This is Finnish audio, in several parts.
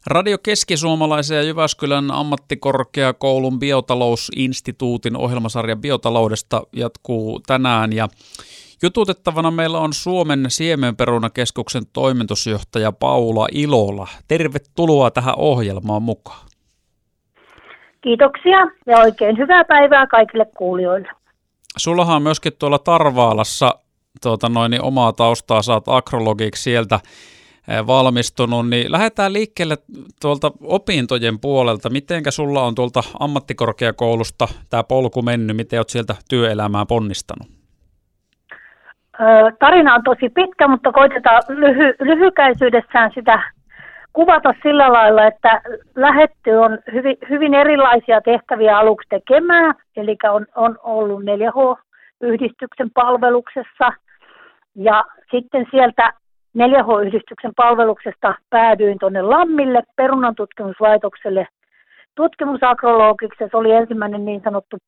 Radio Keski-Suomalaisen ja Jyväskylän ammattikorkeakoulun biotalousinstituutin ohjelmasarja biotaloudesta jatkuu tänään ja jututettavana meillä on Suomen Siemenperunakeskuksen toimitusjohtaja Paula Ilola. Tervetuloa tähän ohjelmaan mukaan. Kiitoksia ja oikein hyvää päivää kaikille kuulijoille. Sullahan on myöskin tuolla Tarvaalassa omaa taustaa, sä oot agrologiksi sieltä valmistunut, niin lähdetään liikkeelle tuolta opintojen puolelta. Mitenkä sulla on tuolta ammattikorkeakoulusta tämä polku mennyt, miten olet sieltä työelämään ponnistanut? Tarina on tosi pitkä, mutta koitetaan lyhykäisyydessään sitä kuvata sillä lailla, että lähetty on hyvin erilaisia tehtäviä aluksi tekemään, eli on ollut 4H-yhdistyksen palveluksessa ja sitten sieltä 4H-yhdistyksen palveluksesta päädyin tuonne Lammille perunantutkimuslaitokselle tutkimusagrologiksi. Se oli ensimmäinen niin sanottu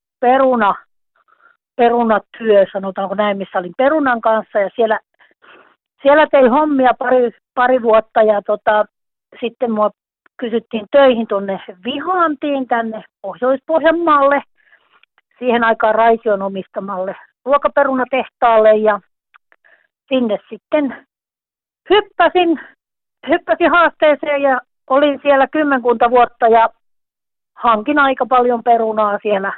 perunatyö, sanotaanko näin, missä olin perunan kanssa. Ja siellä tein hommia pari vuotta ja sitten mua kysyttiin töihin tuonne Vihantiin tänne Pohjois-Pohjanmaalle. Siihen aikaan Raision omistamalle ruokaperunatehtaalle ja sinne sitten hyppäsin haasteeseen ja olin siellä 10 vuotta ja hankin aika paljon perunaa siellä.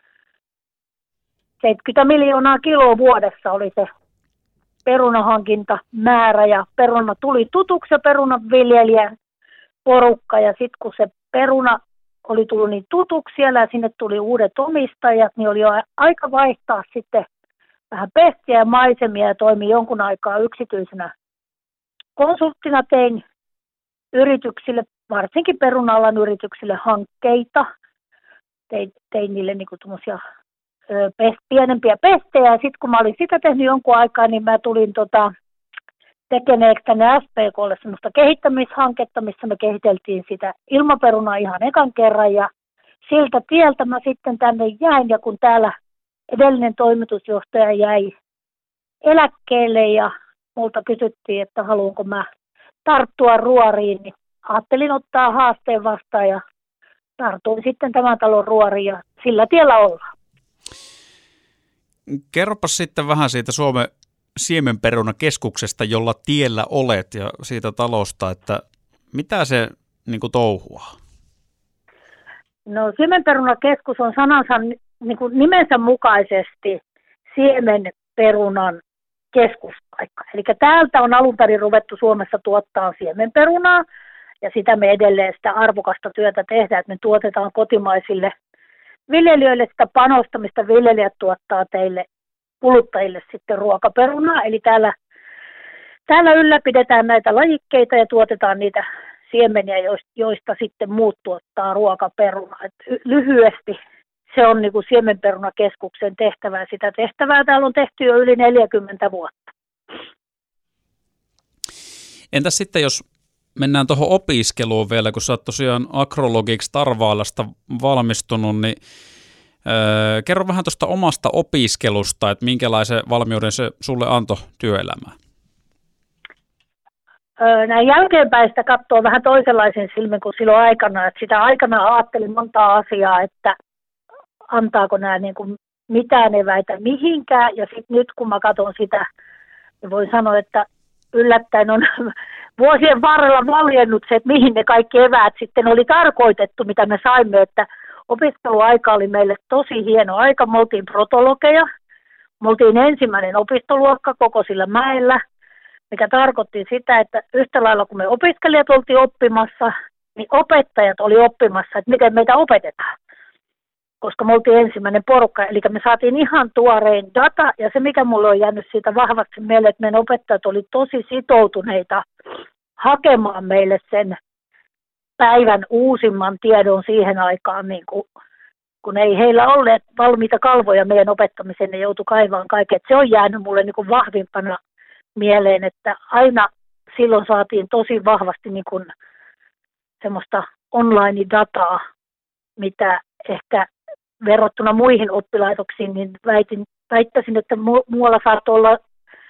70 miljoonaa kiloa vuodessa oli se perunahankintamäärä ja peruna tuli tutuksi ja perunanviljelijän porukka ja sitten kun se peruna oli tullut niin tutuksi siellä ja sinne tuli uudet omistajat, niin oli jo aika vaihtaa sitten vähän pestiä ja maisemia ja toimin jonkun aikaa yksityisenä konsulttina, tein yrityksille, varsinkin peruna-alan yrityksille hankkeita. Tein niille niinku tommosia pienempiä pestejä ja sitten kun mä olin sitä tehnyt jonkun aikaa, niin mä tulin tekeneeksi tänne SPK:lle semmoista kehittämishanketta, missä me kehiteltiin sitä ilmaperunaa ihan ekan kerran ja siltä tieltä mä sitten tänne jäin ja kun täällä edellinen toimitusjohtaja jäi eläkkeelle ja multa kysyttiin, että haluanko mä tarttua ruoriin, niin ajattelin ottaa haasteen vastaan ja tartuin sitten tämän talon ruoriin ja sillä tiellä ollaan. Kerropas sitten vähän siitä Suomen Siemenperunakeskuksesta, jolla tiellä olet ja siitä talosta, että mitä se niin kuin touhuaa? No Siemenperunakeskus on sanansa niin kuin nimensä mukaisesti siemenperunan keskuspaikka. Eli täältä on alun perin ruvettu Suomessa tuottaa siemenperunaa ja sitä me edelleen sitä arvokasta työtä tehdään, että me tuotetaan kotimaisille viljelijöille sitä panostamista, viljelijät tuottaa teille kuluttajille sitten ruokaperunaa. Eli täällä ylläpidetään näitä lajikkeita ja tuotetaan niitä siemeniä, joista sitten muut tuottaa ruokaperunaa. Et lyhyesti se on niin kuin Siemenperunakeskuksen tehtävää. Sitä tehtävää täällä on tehty jo yli 40 vuotta. Entäs sitten, jos mennään tuohon opiskeluun vielä, kun sä oot tosiaan agrologiksi Tarvaalasta valmistunut, niin kerro vähän tuosta omasta opiskelusta, että minkälaisen valmiuden se sulle antoi työelämään? Näin jälkeenpäin sitä katsoo vähän toisenlaisen silmin kuin silloin aikana. Että sitä aikana ajattelin montaa asiaa, että antaako nämä niin kuin mitään eväitä mihinkään. Ja sitten nyt kun mä katson sitä, niin voin sanoa, että yllättäen on vuosien varrella valjennut se, että mihin ne kaikki eväät sitten oli tarkoitettu, mitä me saimme. Että opiskeluaika oli meille tosi hieno aika. Me oltiin protologeja. Me oltiin ensimmäinen opistoluokka koko sillä mäellä, mikä tarkoitti sitä, että yhtä lailla kun me opiskelijat oltiin oppimassa, niin opettajat oli oppimassa, että miten meitä opetetaan. Koska me oltiin ensimmäinen porukka, eli me saatiin ihan tuorein data, ja se mikä mulle on jäänyt siitä vahvasti mieleen, että meidän opettajat oli tosi sitoutuneita hakemaan meille sen päivän uusimman tiedon siihen aikaan, niin kun ei heillä olleet valmiita kalvoja meidän opettamiseen, ne joutui kaivaan kaiken. Se on jäänyt mulle niin kuin vahvimpana mieleen, että aina silloin saatiin tosi vahvasti niin kuin semmoista online-dataa, mitä ehkä verrattuna muihin oppilaitoksiin, niin väittäisin, että muualla saattoi olla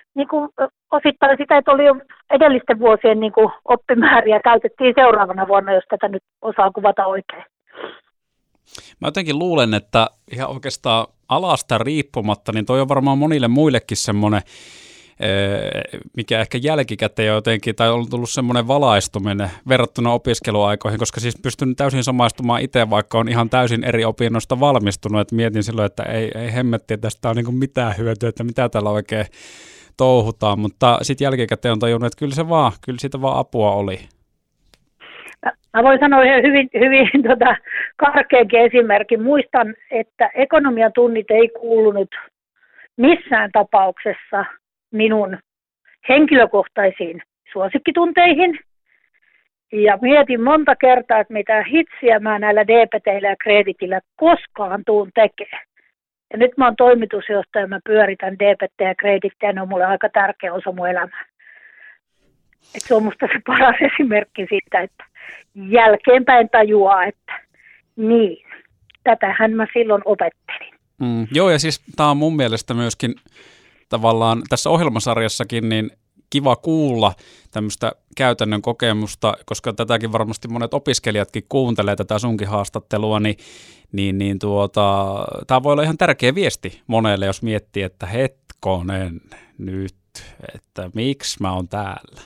niin kuin osittain sitä, että oli jo edellisten vuosien niin kuin oppimääriä käytettiin seuraavana vuonna, jos tätä nyt osaa kuvata oikein. Mä jotenkin luulen, että ihan oikeastaan alasta riippumatta, niin toi on varmaan monille muillekin semmoinen, mikä ehkä jälkikäteen jotenkin, tai on tullut semmoinen valaistuminen verrattuna opiskeluaikoihin, koska siis pystyn täysin samaistumaan itse, vaikka on ihan täysin eri opinnoista valmistunut, että mietin silloin, että ei hemmetti, että tästä on niin kuin mitään hyötyä, että mitä täällä oikein touhutaan, mutta sitten jälkikäteen on tajunnut, että kyllä siitä vaan apua oli. Mä voin sanoa hyvin karkeankin esimerkin. Muistan, että ekonomian tunnit ei kuulunut missään tapauksessa minun henkilökohtaisiin suosikkitunteihin. Ja mietin monta kertaa, että mitä hitsiä mä näillä DPTillä ja kreditillä koskaan tuun tekemään. Ja nyt mä oon toimitusjohtaja, mä pyöritän DPT ja kredittiä, ja ne on mulle aika tärkeä osa mun elämää. Et se on musta se paras esimerkki siitä, että jälkeenpäin tajuaa, että niin, tätähän mä silloin opettelin. Joo, ja siis tämä on mun mielestä myöskin tavallaan tässä ohjelmasarjassakin niin kiva kuulla tämmöistä käytännön kokemusta, koska tätäkin varmasti monet opiskelijatkin kuuntelee tätä sunkin haastattelua, niin tämä voi olla ihan tärkeä viesti monelle, jos miettii, että hetkonen nyt, että miksi mä oon täällä.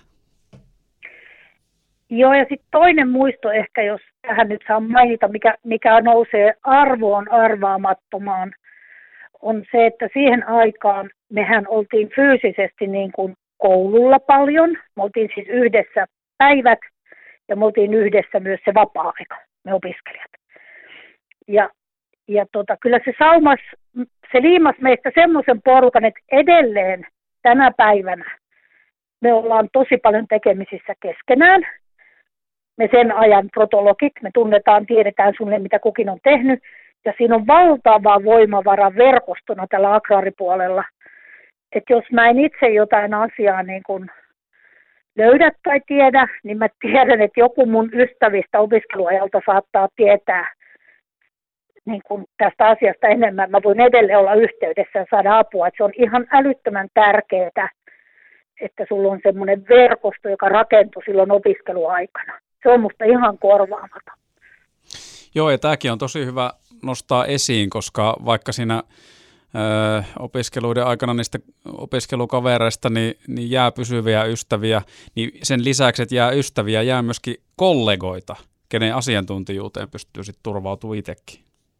Joo, ja sitten toinen muisto ehkä, jos tähän nyt saa mainita, mikä nousee arvoon arvaamattomaan, on se, että siihen aikaan mehän oltiin fyysisesti niin kuin koululla paljon. Me oltiin siis yhdessä päivät ja me oltiin yhdessä myös se vapaa-aika, me opiskelijat. Ja kyllä se liimas meistä semmoisen porukan, että edelleen tänä päivänä me ollaan tosi paljon tekemisissä keskenään. Me sen ajan protologit, me tunnetaan, tiedetään sulle, mitä kukin on tehnyt. Ja siinä on valtava voimavara verkostona tällä agraaripuolella. Että jos mä en itse jotain asiaa niin kun löydä tai tiedä, niin mä tiedän, että joku mun ystävistä opiskeluajalta saattaa tietää niin kun tästä asiasta enemmän. Mä voin edelleen olla yhteydessä ja saada apua. Että se on ihan älyttömän tärkeää, että sulla on semmoinen verkosto, joka rakentui silloin opiskeluaikana. Se on musta ihan korvaamaton. Joo, ja tämäkin on tosi hyvä nostaa esiin, koska vaikka siinä opiskeluiden aikana niistä opiskelukavereista niin jää pysyviä ystäviä, niin sen lisäksi, että jää ystäviä, jää myöskin kollegoita, kenen asiantuntijuuteen pystyy sitten turvautumaan itsekin.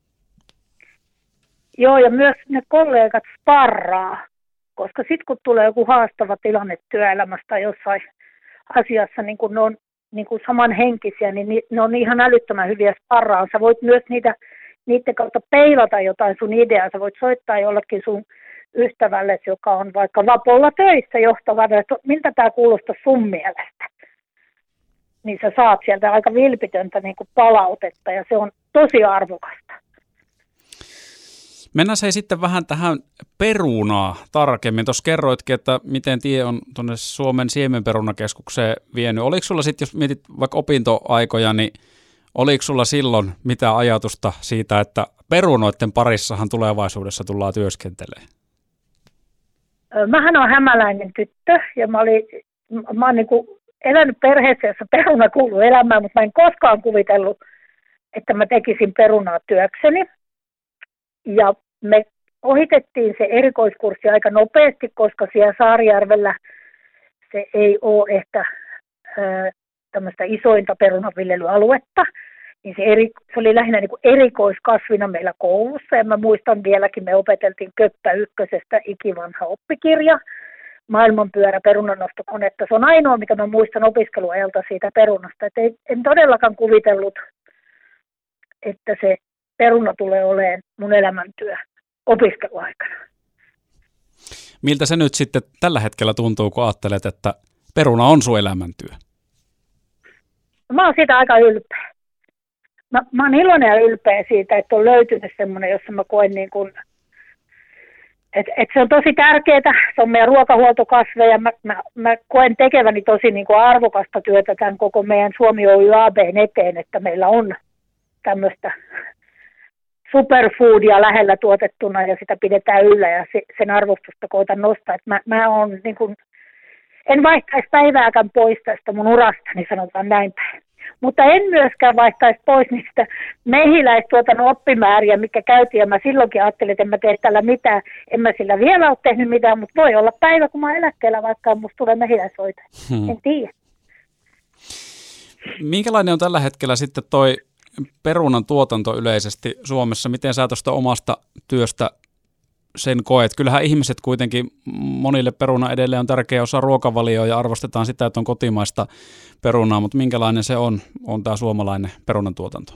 Joo, ja myös ne kollegat sparraa, koska sitten kun tulee joku haastava tilanne työelämästä tai jossain asiassa, niin kun ne on niin kuin samanhenkisiä, niin ne on ihan älyttömän hyviä sparraan. Sä voit myös niiden kautta peilata jotain sun ideaa. Sä voit soittaa jollekin sun ystävälle, joka on vaikka Vapolla töissä johtavana, että miltä tämä kuulostaa sun mielestä. Niin sä saat sieltä aika vilpitöntä niin kuin palautetta ja se on tosi arvokasta. Mennään se sitten vähän tähän perunaa tarkemmin. Tuossa kerroitkin, että miten tie on tuonne Suomen siemenperunakeskukseen vienyt. Oliko sulla sitten, jos mietit vaikka opintoaikoja, niin oliko sulla silloin mitä ajatusta siitä, että perunoiden parissahan tulevaisuudessa tullaan työskentelemään? Mähän olen hämäläinen tyttö ja mä oon niin kuin elänyt perheessä, jossa peruna kuuluu elämään, mutta mä en koskaan kuvitellut, että mä tekisin perunaa työkseni. Ja me ohitettiin se erikoiskurssi aika nopeasti, koska siellä Saarijärvellä se ei ole ehkä tämmöistä isointa perunanviljelyaluetta. Niin se oli lähinnä niin kuin erikoiskasvina meillä koulussa. Ja mä muistan vieläkin, me opeteltiin Köppä ykkösestä ikivanha oppikirja, maailmanpyörä perunannostokonetta. Se on ainoa, mikä mä muistan opiskeluajalta siitä perunasta. Et en todellakaan kuvitellut, että se peruna tulee olemaan mun elämäntyö opiskeluaikana. Miltä se nyt sitten tällä hetkellä tuntuu, kun ajattelet, että peruna on sun elämäntyö? Mä oon siitä aika ylpeä. Mä oon iloinen ja ylpeä siitä, että on löytynyt semmoinen, jossa mä koen niin kuin, että se on tosi tärkeää. Se on meidän ruokahuoltokasveja. Mä koen tekeväni tosi niin kuin arvokasta työtä tämän koko meidän Suomi Oy AB:n eteen, että meillä on tämmöistä superfoodia lähellä tuotettuna ja sitä pidetään yllä ja sen arvostusta koitan nostaa. Että mä on, niin kuin, en vaihtaisi päivääkään pois tästä mun urastani, sanotaan näin päin. Mutta en myöskään vaihtaisi pois niistä mehiläistuotannon oppimääriä, mikä käytiin. Ja mä silloinkin ajattelin, että en mä tee tällä mitään. En mä sillä vielä ole tehnyt mitään, mutta voi olla päivä, kun mä oon eläkkeellä, vaikka musta tulee mehiläishoitaja. En tiedä. Minkälainen on tällä hetkellä sitten toi perunan tuotanto yleisesti Suomessa? Miten sä tuosta omasta työstä sen koet? Kyllähän ihmiset kuitenkin, monille peruna edelleen on tärkeä osa ruokavalioa ja arvostetaan sitä, että on kotimaista perunaa, mutta minkälainen se on tämä suomalainen perunan tuotanto?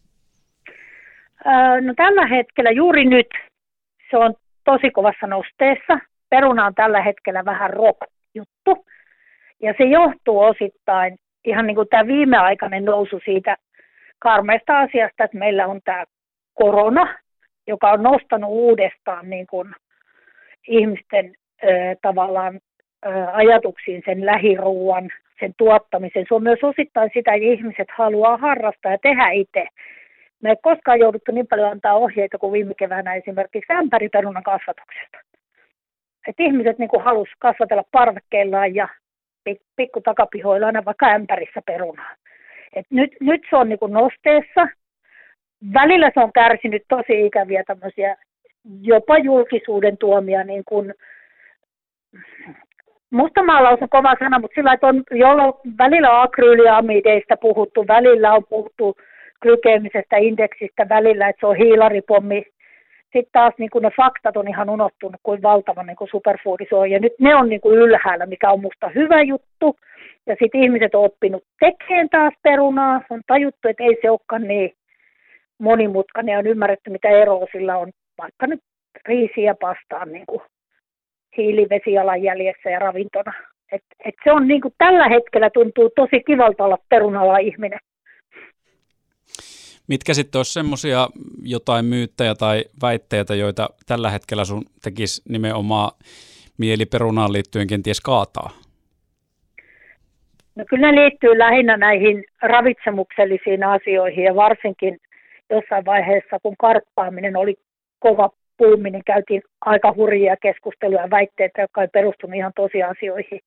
No tällä hetkellä juuri nyt se on tosi kovassa nosteessa. Peruna on tällä hetkellä vähän rock-juttu ja se johtuu osittain ihan niin kuin tämä viimeaikainen nousu siitä karmeasta asiasta, että meillä on tämä korona, joka on nostanut uudestaan niin kuin ihmisten tavallaan ajatuksiin sen lähiruuan, sen tuottamisen. Se on myös osittain sitä, että ihmiset haluaa harrastaa ja tehdä itse. Me ei koskaan jouduttu niin paljon antaa ohjeita kuin viime keväänä esimerkiksi ämpäriperunan kasvatuksesta. Että ihmiset niin kuin halusi kasvatella parvekkeillaan ja pikku takapihoilla aina vaikka ämpärissä perunaa. Et nyt se on niin kuin nosteessa. Välillä se on kärsinyt tosi ikäviä tämmöisiä jopa julkisuuden tuomia, niin kuin, mustamaalaus on kova sana, mutta sillä on, välillä on akryyliamideista puhuttu, välillä on puhuttu glykeemisestä indeksistä, välillä, että se on hiilaripommi. Sitten taas niin kuin ne faktat on ihan unohtunut, kuin valtava niin kuin superfoodi se on. Ja nyt ne on niin kuin ylhäällä, mikä on musta hyvä juttu. Ja sitten ihmiset on oppinut tekemään taas perunaa. On tajuttu, että ei se olekaan niin monimutkainen ja on ymmärretty, mitä eroa sillä on vaikka nyt riisiä ja pastaan niin kuin hiilivesijalanjäljessä ja ravintona. Et se on niin kuin tällä hetkellä tuntuu tosi kivalta olla perunalla ihminen. Mitkä sitten olisi semmoisia jotain myyttejä tai väitteitä, joita tällä hetkellä sun tekisi nimenomaan mieli perunaan liittyen kenties kaataa? No kyllä ne liittyy lähinnä näihin ravitsemuksellisiin asioihin ja varsinkin jossain vaiheessa, kun karppaaminen oli kova puuminen, käytiin aika hurjia keskusteluja ja väitteitä, jotka ei perustunut ihan tosiasioihin.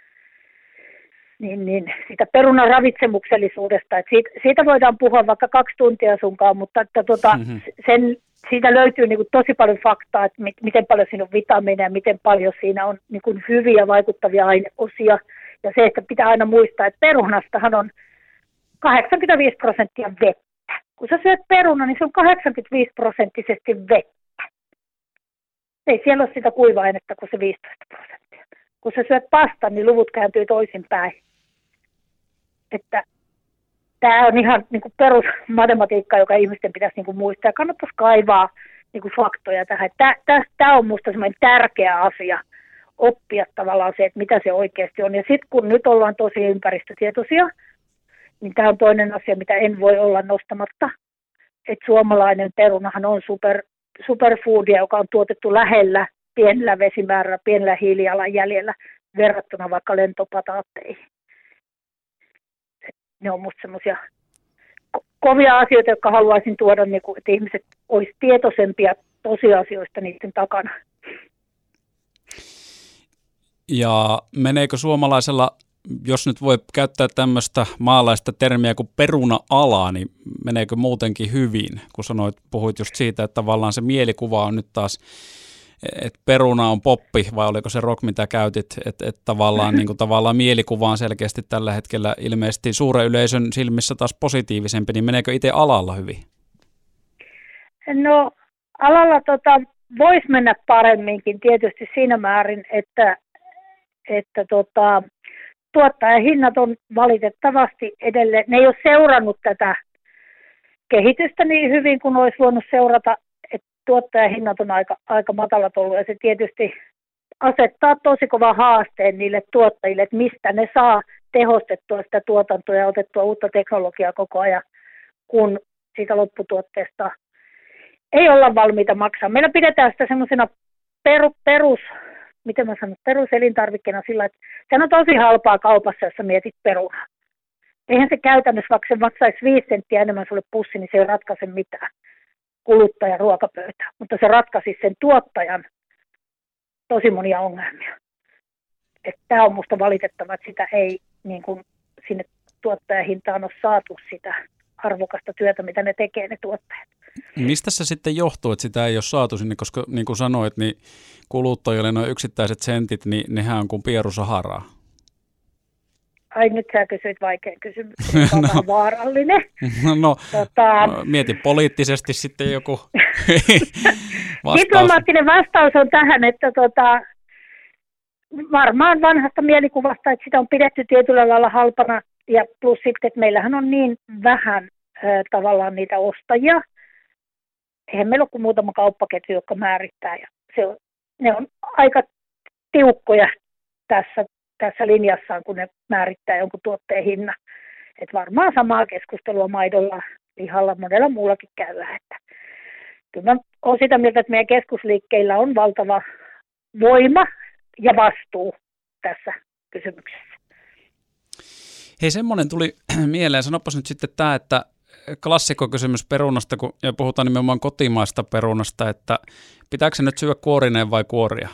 Niin siitä perunan ravitsemuksellisuudesta, että siitä voidaan puhua vaikka 2 tuntia sunkaan, mutta että siitä löytyy niin kuin tosi paljon faktaa, että miten paljon siinä on vitamiineja, miten paljon siinä on niin kuin hyviä vaikuttavia aineosia. Ja se, että pitää aina muistaa, että perunastahan on 85% vettä. Kun sä syöt peruna, niin se on 85% vettä. Ei siellä ole sitä kuiva-ainetta kuin se 15%. Kun sä syöt pastan, niin luvut kääntyy toisinpäin. Että tämä on ihan niin kuin perusmatematiikka, joka ihmisten pitäisi niin kuin muistaa. Ja kannattaisi kaivaa niin kuin faktoja tähän. Tämä on minusta semmoinen tärkeä asia oppia tavallaan se, että mitä se oikeasti on. Ja sitten kun nyt ollaan tosi ympäristötietoisia, niin tämä on toinen asia, mitä en voi olla nostamatta. Että suomalainen perunahan on superfoodia, joka on tuotettu lähellä, pienellä vesimäärällä, pienellä hiilijalanjäljellä verrattuna vaikka lentopataatteihin. Ne on musta semmoisia kovia asioita, jotka haluaisin tuoda, niin kuin, että ihmiset olisi tietoisempia tosiasioista niiden takana. Ja meneekö suomalaisella, jos nyt voi käyttää tämmöistä maalaista termiä kuin peruna-ala, niin meneekö muutenkin hyvin? Kun puhuit just siitä, että tavallaan se mielikuva on nyt taas, että peruna on poppi, vai oliko se rock, mitä käytit, että tavallaan, niin kuin, tavallaan mielikuva on selkeästi tällä hetkellä ilmeisesti suuren yleisön silmissä taas positiivisempi, niin meneekö itse alalla hyvin? No alalla voisi mennä paremminkin tietysti siinä määrin, että tuottajahinnat on valitettavasti edelleen, ne ei ole seurannut tätä kehitystä niin hyvin kuin olisi voinut seurata, että tuottajahinnat on aika matalat ollut ja se tietysti asettaa tosi kova haasteen niille tuottajille, että mistä ne saa tehostettua sitä tuotantoa ja otettua uutta teknologiaa koko ajan, kun siitä lopputuotteesta ei olla valmiita maksaa. Meillä pidetään sitä semmoisena peruselintarvikkeena sillä, että se on tosi halpaa kaupassa, jos sä mietit perunaa. Eihän se käytännössä, vaikka se maksaisi 5 senttiä enemmän sulle pussi, niin se ei ratkaise mitään. kuluttajan ruokapöytään, mutta se ratkaisi sen tuottajan tosi monia ongelmia. Tämä on musta valitettava, että sitä ei niin kuin sinne tuottajahintaan ole saatu sitä arvokasta työtä, mitä ne tekee ne tuottajat. Mistä se sitten johtuu, että sitä ei ole saatu sinne, koska niin kuin sanoit, niin kuluttajille nuo yksittäiset sentit, niin nehän on kuin pieru Saharaa. Ai nyt sä kysyit vaikean kysymyksen, joka on vähän vaarallinen. No, mieti poliittisesti sitten joku vastaus. Diplomaattinen vastaus on tähän, että varmaan vanhasta mielikuvasta, että sitä on pidetty tietyllä lailla halpana, ja plus sitten, että meillähän on niin vähän tavallaan niitä ostajia. Eihän meillä ole kuin muutama kauppaketju, joka määrittää, ja ne on aika tiukkoja tässä linjassaan, kun ne määrittää jonkun tuotteen hinnan. Et varmaan samaa keskustelua maidolla, lihalla, monella muullakin käydään. Kyllä mä olen sitä mieltä, että meidän keskusliikkeillä on valtava voima ja vastuu tässä kysymyksessä. Hei, semmoinen tuli mieleen. Sanopas nyt sitten tämä, että klassikkokysymys perunasta, kun puhutaan nimenomaan kotimaista perunasta, että pitääkö se nyt syödä kuorineen vai kuoria?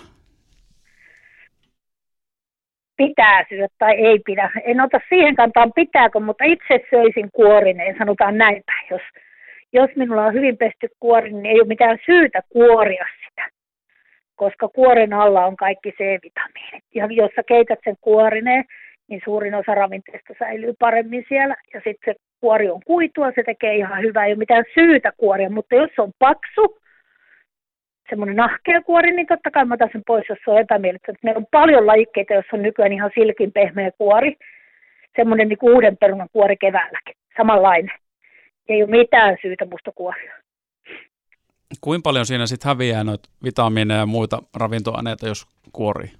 Pitää syödä tai ei pidä. En ota siihen kantaan pitääkö, mutta itse söisin kuorineen, sanotaan näin päin. Jos minulla on hyvin pesty kuori, niin ei ole mitään syytä kuoria sitä, koska kuoren alla on kaikki C-vitamiinit. Ja jos sä keität sen kuorineen, niin suurin osa ravinteista säilyy paremmin siellä. Ja sitten se kuori on kuitua, se tekee ihan hyvää, ei ole mitään syytä kuoria, mutta jos se on paksu, semmoinen nahkea kuori, niin totta kai mä otan sen pois, jos se on epämiellyttävä. Meillä on paljon lajikkeita, jossa on nykyään ihan silkin pehmeä kuori, semmoinen niin kuin uuden perunan kuori keväälläkin, samanlainen. Ei ole mitään syytä musta kuoria. Kuinka paljon siinä sitten häviää noita vitamiineja ja muita ravintoaineita, jos kuorii?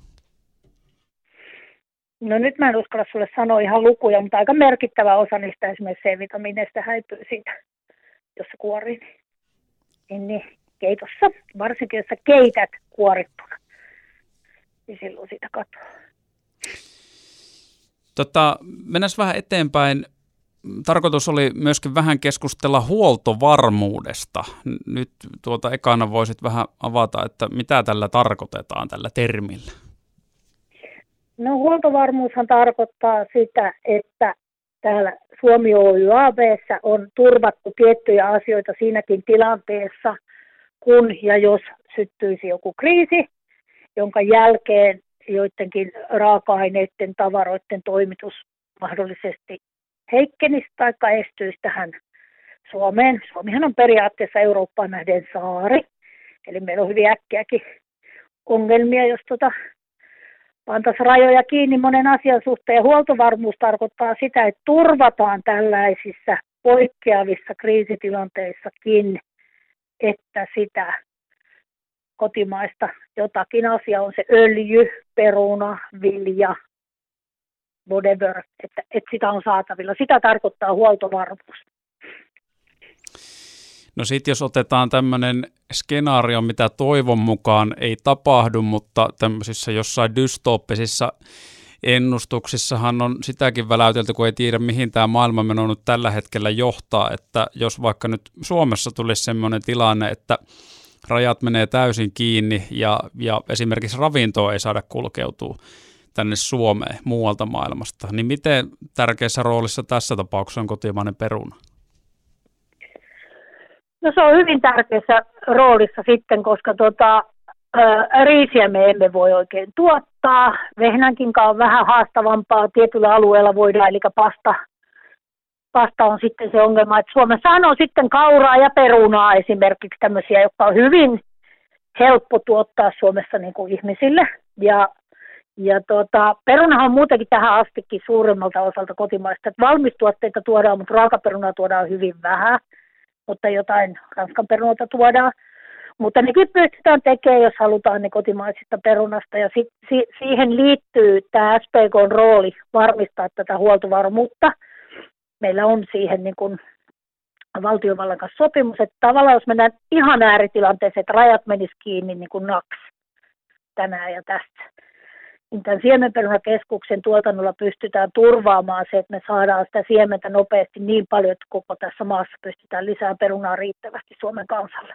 No nyt mä en uskalla sulle sanoa ihan lukuja, mutta aika merkittävä osa niistä esimerkiksi C-vitamiineista häipyy siitä, jos se kuorii. Niin keitossa, varsinkin jos sä keität kuorittuna, niin silloin sitä katoaa. Mennään vähän eteenpäin. Tarkoitus oli myöskin vähän keskustella huoltovarmuudesta. Nyt ekana voisit vähän avata, että mitä tällä tarkoitetaan tällä termillä? No huoltovarmuushan tarkoittaa sitä, että täällä Suomi Oy AB:ssä on turvattu tiettyjä asioita siinäkin tilanteessa, kun ja jos syttyisi joku kriisi, jonka jälkeen joidenkin raaka-aineiden, tavaroiden toimitus mahdollisesti heikkenisi tai estyisi tähän Suomeen. Suomihan on periaatteessa Eurooppaan nähden saari, eli meillä on hyvin äkkiäkin ongelmia, jos pantaisiin rajoja kiinni monen asian suhteen. Ja huoltovarmuus tarkoittaa sitä, että turvataan tällaisissa poikkeavissa kriisitilanteissakin, että sitä kotimaista jotakin asiaa, on se öljy, peruna, vilja, whatever, että sitä on saatavilla. Sitä tarkoittaa huoltovarmuus. No sitten jos otetaan tämmöinen skenaario, mitä toivon mukaan ei tapahdu, mutta tämmöisissä jossain dystooppisissa ennustuksissahan on sitäkin väläytelty, kun ei tiedä mihin tämä maailmanmeno nyt tällä hetkellä johtaa, että jos vaikka nyt Suomessa tulisi semmoinen tilanne, että rajat menee täysin kiinni ja esimerkiksi ravintoa ei saada kulkeutua tänne Suomeen muualta maailmasta, niin miten tärkeässä roolissa tässä tapauksessa on kotimainen peruna? No se on hyvin tärkeässä roolissa sitten, koska riisiä me emme voi oikein tuottaa. Vehnänkinkaan on vähän haastavampaa. Tietyllä alueella voidaan, eli pasta on sitten se ongelma, että Suomessahan on sitten kauraa ja perunaa esimerkiksi tämmöisiä, jotka on hyvin helppo tuottaa Suomessa niin kuin ihmisille. Ja perunahan on muutenkin tähän astikin suurimmalta osalta kotimaista. Että valmistuotteita tuodaan, mutta raakaperunaa tuodaan hyvin vähän, mutta jotain ranskan perunalta tuodaan. Mutta nekin pystytään tekemään, jos halutaan ne kotimaisista perunasta. Ja siihen liittyy tämä SPK:n rooli varmistaa tätä huoltovarmuutta. Meillä on siihen niin kuin valtiovallan kanssa sopimus, että tavallaan jos mennään ihan ääritilanteeseen, että rajat menis kiinni niin kuin naks tänään ja tässä, tämän siemenperunakeskuksen tuotannolla pystytään turvaamaan se, että me saadaan sitä siementä nopeasti niin paljon, että koko tässä maassa pystytään lisää perunaa riittävästi Suomen kansalle.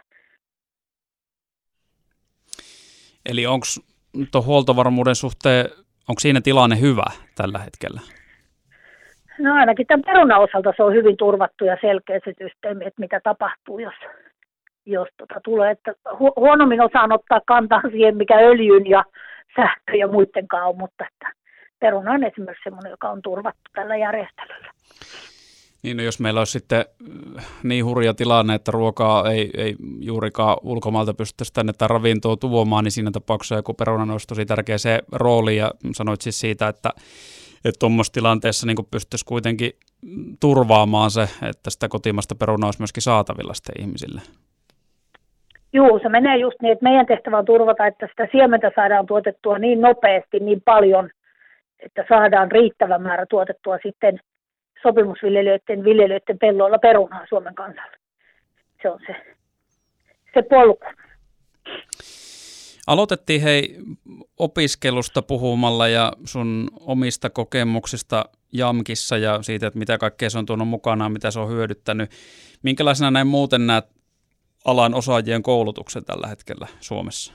Eli onko tuon huoltovarmuuden suhteen, onko siinä tilanne hyvä tällä hetkellä? No ainakin tämän perunan osalta se on hyvin turvattu ja selkeä se systeemi, että mitä tapahtuu, jos tulee. Että huonommin osaan ottaa kantaa siihen, mikä öljyn ja sähkö ja muidenkaan on, mutta että peruna on esimerkiksi sellainen, joka on turvattu tällä järjestelyllä. Niin, no jos meillä olisi sitten niin hurja tilanne, että ruokaa ei juurikaan ulkomailta pystyttäisi tänne tai ravintoa tuomaan, niin siinä tapauksessa joku perunan olisi tosi tärkeä se rooli, ja sanoit siis siitä, että tuommoisessa tilanteessa niin pystyisi kuitenkin turvaamaan se, että sitä kotimaista perunaa olisi myöskin saatavilla sitten ihmisille. Joo, se menee just niin, että meidän tehtävä on turvata, että sitä siementä saadaan tuotettua niin nopeasti, niin paljon, että saadaan riittävä määrä tuotettua sitten sopimusviljelijöiden pelloilla perunaa Suomen kansalle. Se on se polku. Aloitettiin opiskelusta puhumalla ja sun omista kokemuksista JAMKissa ja siitä, että mitä kaikkea se on tuonut mukanaan, mitä se on hyödyttänyt. Minkälaisena näin muuten näet alan osaajien koulutuksen tällä hetkellä Suomessa?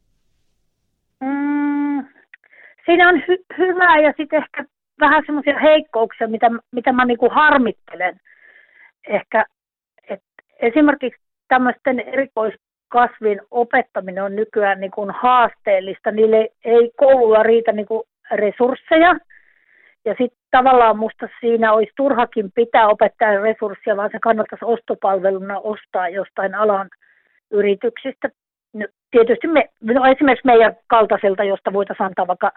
Siinä on hyvää ja sitten ehkä vähän semmoisia heikkouksia, mitä mä niinku harmittelen. Ehkä, että esimerkiksi tämmöisten erikoiskasvin opettaminen on nykyään niinku haasteellista. Niille ei koululla riitä niinku resursseja. Ja sitten tavallaan musta siinä olisi turhakin pitää opettajan resursseja, vaan se kannattaisi ostopalveluna ostaa jostain alan yrityksistä. No, tietysti esimerkiksi meidän kaltaiselta, josta voitaisiin antaa vaikka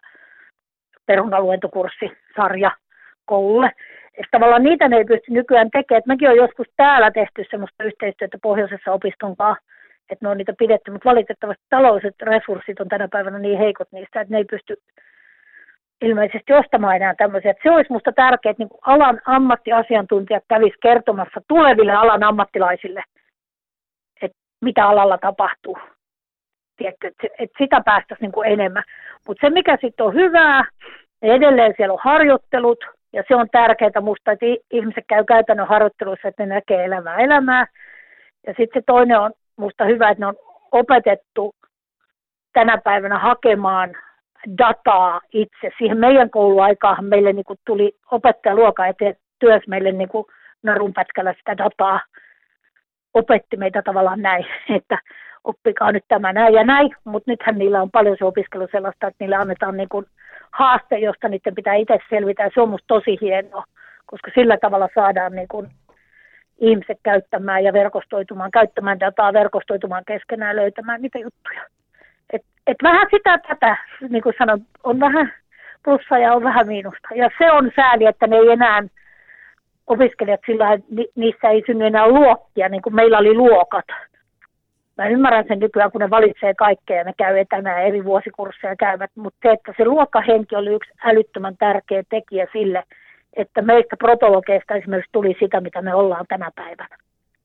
perunaluentokurssisarja koululle. Että tavallaan niitä ne ei pysty nykyään tekemään. Et mekin on joskus täällä tehty semmoista yhteistyötä pohjoisessa opiston kanssa, että ne on niitä pidetty, mutta valitettavasti taloudelliset resurssit on tänä päivänä niin heikot niistä, että ne ei pysty ilmeisesti ostamaan enää tämmöisiä. Että se olisi minusta tärkeää, että niin alan ammattiasiantuntijat kävisivät kertomassa tuleville alan ammattilaisille, että mitä alalla tapahtuu. Tiedätkö, että sitä päästäisiin niin enemmän. Mutta se, mikä sitten on hyvää, edelleen siellä on harjoittelut, ja se on tärkeää minusta, että ihmiset käy käytännön harjoitteluissa, että ne näkee elämää. Ja sitten se toinen on minusta hyvä, että ne on opetettu tänä päivänä hakemaan dataa itse. Siihen meidän kouluaikaan meille niin kuin tuli opettaja luokan eteen työssä meille niin kuin narunpätkällä sitä dataa. Opetti meitä tavallaan näin, että oppikaa nyt tämä näin ja näin, mutta nythän niillä on paljon se opiskelu sellaista, että niille annetaan niin kuin haaste, josta niiden pitää itse selvitä, ja se on musta tosi hienoa, koska sillä tavalla saadaan niin kuin ihmiset käyttämään ja käyttämään dataa, verkostoitumaan keskenään, löytämään niitä juttuja. Et vähän sitä tätä, niin kuin sanon, on vähän plussa ja on vähän miinusta. Ja se on sääli, että ne ei enää opiskelijat sillä niissä ei synny enää luokkia, niin kuin meillä oli luokat. Mä ymmärrän sen nykyään, kun ne valitsee kaikkea ja ne käy etänä eri vuosikursseja käyvät, mutta se, että se luokkahenki oli yksi älyttömän tärkeä tekijä sille, että meistä protologeista esimerkiksi tuli sitä, mitä me ollaan tänä päivänä.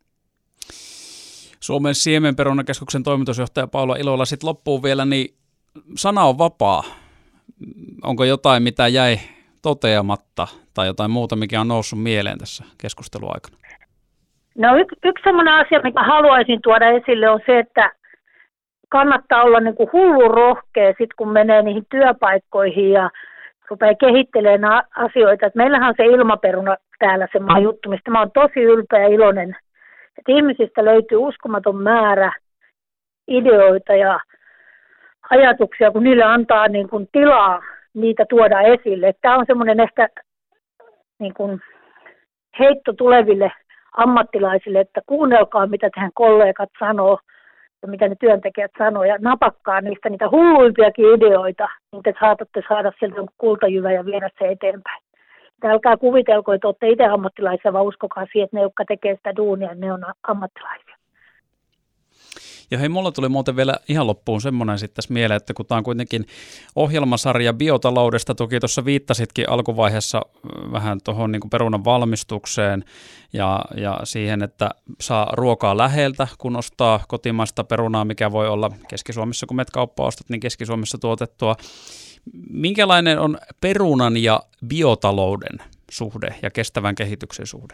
Suomen siemenperunakeskuksen toimitusjohtaja Paula Ilola, sitten loppuun vielä, niin sana on vapaa. Onko jotain, mitä jäi toteamatta tai jotain muuta, mikä on noussut mieleen tässä keskustelun aikana? No yksi sellainen asia, mikä haluaisin tuoda esille, on se, että kannattaa olla niin kuin hullun rohkea sit, kun menee niihin työpaikkoihin ja rupeaa kehittelemään asioita. Et meillähän on se ilmaperuna täällä semmoinen juttu, mistä mä oon tosi ylpeä ja iloinen. Että ihmisistä löytyy uskomaton määrä ideoita ja ajatuksia, kun niille antaa niin kuin tilaa niitä tuoda esille. Tämä on semmoinen ehkä niin kuin heitto tuleville ammattilaisille, että kuunnelkaa, mitä teidän kollegat sanoo ja mitä ne työntekijät sanoo, ja napakkaa niitä hulluimpiakin ideoita, niin te saatatte saada sieltä kultajyvä ja viedä se eteenpäin. Älkää kuvitelko, että olette itse ammattilaisia, vaan uskokaa siihen, että ne, jotka tekee sitä duunia, ne on ammattilaisia. Ja hei, mulla tuli muuten vielä ihan loppuun semmoinen sitten tässä mieleen, että kun tämä on kuitenkin ohjelmasarja biotaloudesta, toki tuossa viittasitkin alkuvaiheessa vähän tuohon niin kuin perunan valmistukseen ja siihen, että saa ruokaa läheltä, kun ostaa kotimaista perunaa, mikä voi olla Keski-Suomessa, kun menet kauppaan ostat, niin Keski-Suomessa tuotettua. Minkälainen on perunan ja biotalouden suhde ja kestävän kehityksen suhde?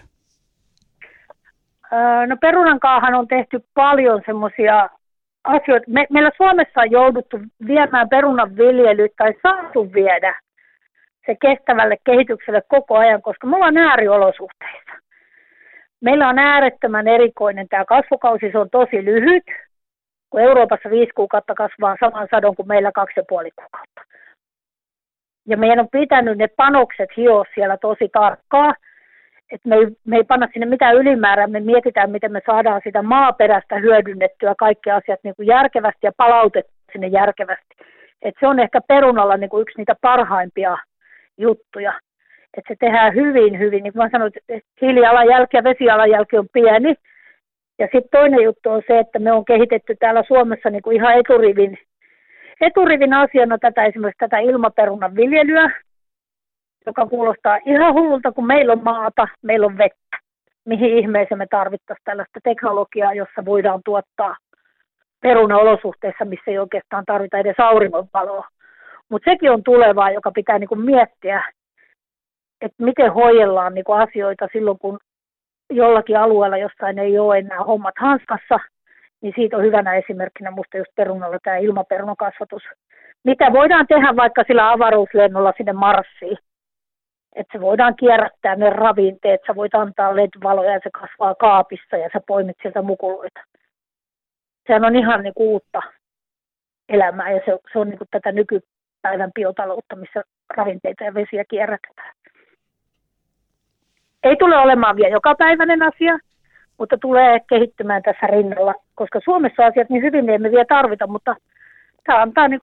No perunankaahan on tehty paljon semmoisia asioita. Meillä Suomessa on jouduttu viemään perunan viljelyä tai saatu viedä se kestävälle kehitykselle koko ajan, koska me ollaan ääriolosuhteissa. Meillä on äärettömän erikoinen tämä kasvukausi, se on tosi lyhyt, kun Euroopassa 5 kuukautta kasvaa saman sadon kuin meillä 2,5 kuukautta. Ja meidän on pitänyt ne panokset hioa siellä tosi tarkkaa, että me ei panna sinne mitään ylimäärää, me mietitään, miten me saadaan sitä maaperästä hyödynnettyä kaikki asiat niin kuin järkevästi ja palautettua sinne järkevästi. Et se on ehkä perunalla niin kuin yksi niitä parhaimpia juttuja. Että se tehdään hyvin, hyvin. Niin kuin mä sanoin, että hiilijalanjälki ja vesijalanjälki on pieni. Ja sitten toinen juttu on se, että me on kehitetty täällä Suomessa niin kuin ihan eturivin asiana esimerkiksi tätä ilmaperunan viljelyä, joka kuulostaa ihan hullulta, kun meillä on maata, meillä on vettä. Mihin ihmeeseen me tarvittaisiin tällaista teknologiaa, jossa voidaan tuottaa perunaolosuhteissa, missä ei oikeastaan tarvita edes auringonvaloa. Mutta sekin on tulevaa, joka pitää niinku miettiä, että miten hoidellaan niinku asioita silloin, kun jollakin alueella jossain ei ole enää hommat hanskassa, niin siitä on hyvänä esimerkkinä musta just perunalla tämä ilmaperunakasvatus. Mitä voidaan tehdä vaikka sillä avaruuslennolla sinne Marsiin? Että se voidaan kierrättää ne ravinteet, sä voit antaa LED-valoja ja se kasvaa kaapissa ja sä poimit sieltä mukuloita. Sehän on ihan niin kuin uutta elämää ja se on niin kuin tätä nykypäivän biotaloutta, missä ravinteita ja vesiä kierrätetään. Ei tule olemaan vielä jokapäiväinen asia, mutta tulee kehittymään tässä rinnalla, koska Suomessa asiat niin hyvin emme vielä tarvita, mutta tämä antaa niin